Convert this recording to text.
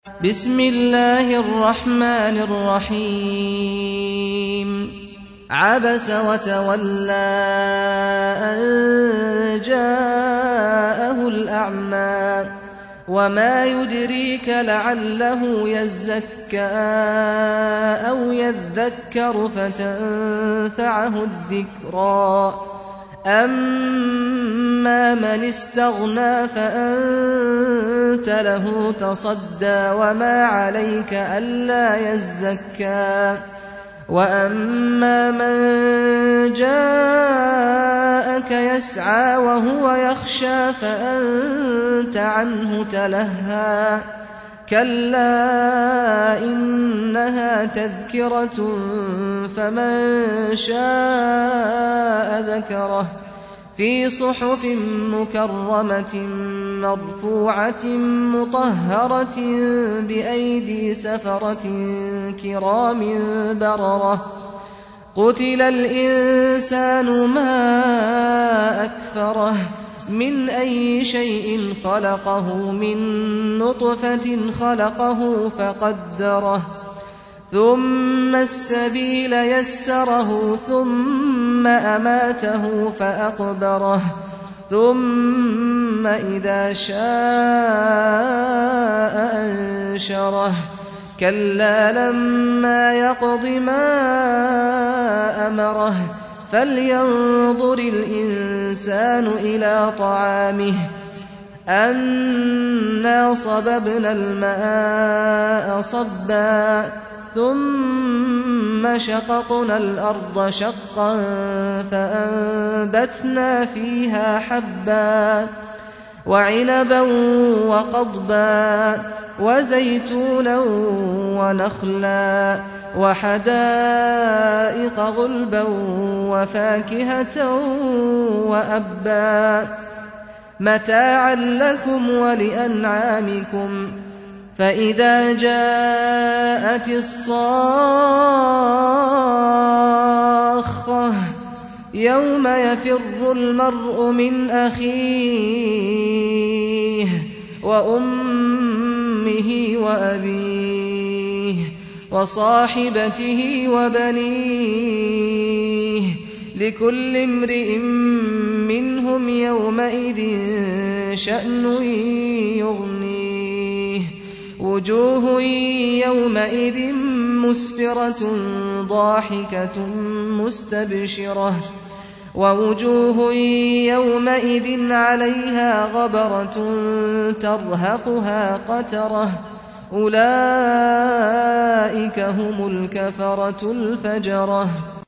بسم الله الرحمن الرحيم عبس وتولى أن جاءه الأعمى وما يدريك لعله يزكى أو يذكر فتنفعه الذكرى أما من استغنى فأنت له تصدى وما عليك ألا يزكى وأما من جاءك يسعى وهو يخشى فأنت عنه تلهى كلا إنها تذكرة فمن شاء ذكره في صحف مكرمة مرفوعة مطهرة بأيدي سفرة كرام بررة قتل الإنسان ما أكفره من أي شيء خلقه من نطفة خلقه فقدره ثم السبيل يسره ثم أماته فأقبره ثم إذا شاء أنشره كلا لما يقض ما أمره فلينظر الإنسان إلى طعامه أنا صببنا الماء صبا ثم شققنا الأرض شقا فأنبتنا فيها حبا وعنبا وقضبا وزيتونا ونخلا وحدائق غلبا وفاكهة وأبا متاعا لكم ولأنعامكم فإذا جاءت الصاخة يوم يفر المرء من أخيه وأمه وأبيه وصاحبته وبنيه لكل امرئ منهم يومئذ شأن يغنيه وجوه يومئذ مسفرة ضاحكة مستبشرة ووجوه يومئذ عليها غبرة ترهقها قترة أولئك هم الكفرة الفجرة